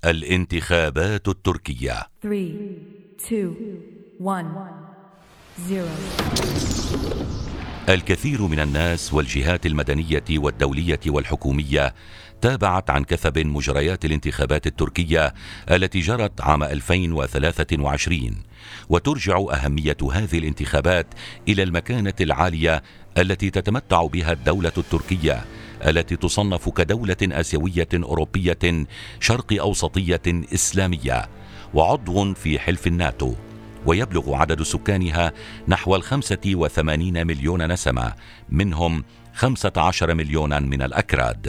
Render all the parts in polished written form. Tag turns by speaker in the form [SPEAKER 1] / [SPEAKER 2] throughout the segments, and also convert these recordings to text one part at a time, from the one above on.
[SPEAKER 1] الانتخابات التركية.
[SPEAKER 2] 3 2 1 0.
[SPEAKER 1] الكثير من الناس والجهات المدنية والدولية والحكومية تابعت عن كثب مجريات الانتخابات التركية التي جرت عام 2023، وترجع أهمية هذه الانتخابات إلى المكانة العالية التي تتمتع بها الدولة التركية، التي تصنف كدولة آسيوية أوروبية شرق أوسطية إسلامية، وعضو في حلف الناتو، ويبلغ عدد سكانها نحو 85 مليون نسمة، منهم 15 مليونا من الأكراد.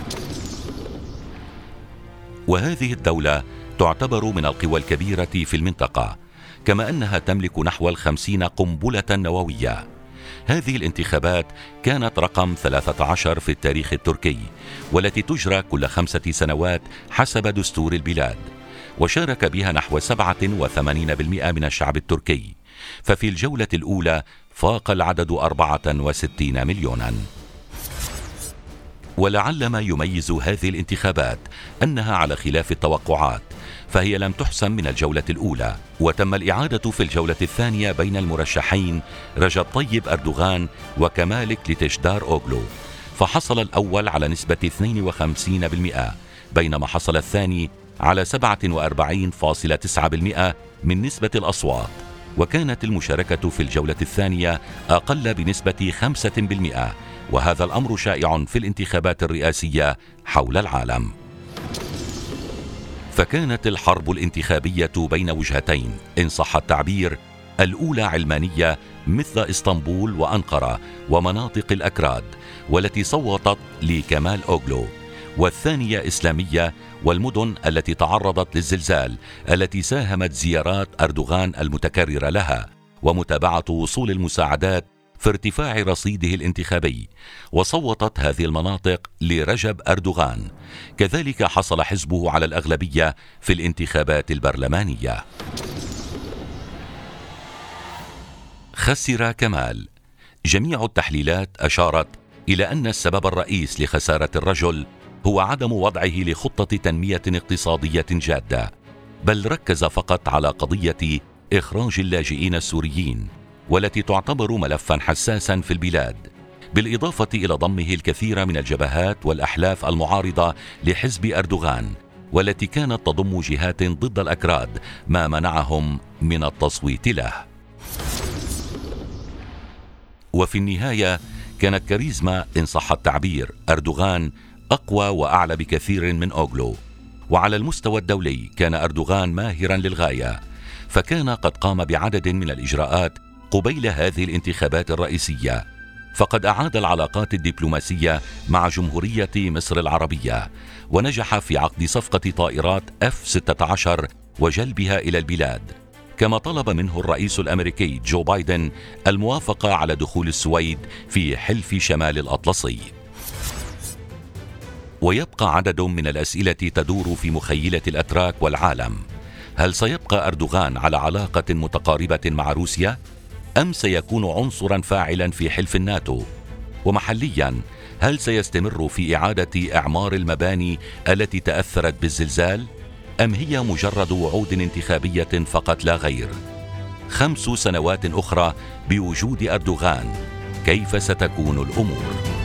[SPEAKER 1] وهذه الدولة تعتبر من القوى الكبيرة في المنطقة، كما أنها تملك نحو 50 قنبلة نووية. هذه الانتخابات كانت رقم 13 في التاريخ التركي، والتي تجرى كل 5 سنوات حسب دستور البلاد، وشارك بها نحو 87% من الشعب التركي، ففي الجولة الأولى فاق العدد 64 مليونا. ولعل ما يميز هذه الانتخابات أنها على خلاف التوقعات، فهي لم تحسم من الجولة الأولى، وتم الإعادة في الجولة الثانية بين المرشحين رجب طيب أردوغان وكمال كليتشدار أوغلو، فحصل الأول على نسبة 52%، بينما حصل الثاني على 47.9% من نسبة الأصوات. وكانت المشاركة في الجولة الثانية أقل بنسبة 5%، وهذا الأمر شائع في الانتخابات الرئاسية حول العالم. فكانت الحرب الانتخابية بين وجهتين إن صح التعبير، الأولى علمانية مثل إسطنبول وأنقرة ومناطق الأكراد والتي صوتت لكمال أوغلو، والثانية إسلامية والمدن التي تعرضت للزلزال التي ساهمت زيارات أردوغان المتكررة لها ومتابعة وصول المساعدات في ارتفاع رصيده الانتخابي، وصوتت هذه المناطق لرجب أردوغان. كذلك حصل حزبه على الأغلبية في الانتخابات البرلمانية. خسر كمال. جميع التحليلات أشارت إلى أن السبب الرئيس لخسارة الرجل هو عدم وضعه لخطة تنمية اقتصادية جادة، بل ركز فقط على قضية إخراج اللاجئين السوريين، والتي تعتبر ملفا حساسا في البلاد، بالإضافة إلى ضمه الكثير من الجبهات والأحلاف المعارضة لحزب أردوغان، والتي كانت تضم جهات ضد الأكراد، ما منعهم من التصويت له. وفي النهاية كانت كاريزما إن صح التعبير أردوغان أقوى وأعلى بكثير من أوغلو، وعلى المستوى الدولي كان أردوغان ماهرا للغاية، فكان قد قام بعدد من الإجراءات قبيل هذه الانتخابات الرئيسية. فقد أعاد العلاقات الدبلوماسية مع جمهورية مصر العربية، ونجح في عقد صفقة طائرات F-16 وجلبها إلى البلاد، كما طلب منه الرئيس الأمريكي جو بايدن الموافقة على دخول السويد في حلف شمال الأطلسي. ويبقى عدد من الأسئلة تدور في مخيلة الأتراك والعالم. هل سيبقى أردوغان على علاقة متقاربة مع روسيا؟ أم سيكون عنصرا فاعلا في حلف الناتو؟ ومحليا، هل سيستمر في إعادة إعمار المباني التي تأثرت بالزلزال؟ أم هي مجرد وعود انتخابية فقط لا غير؟ 5 سنوات أخرى بوجود أردوغان، كيف ستكون الأمور؟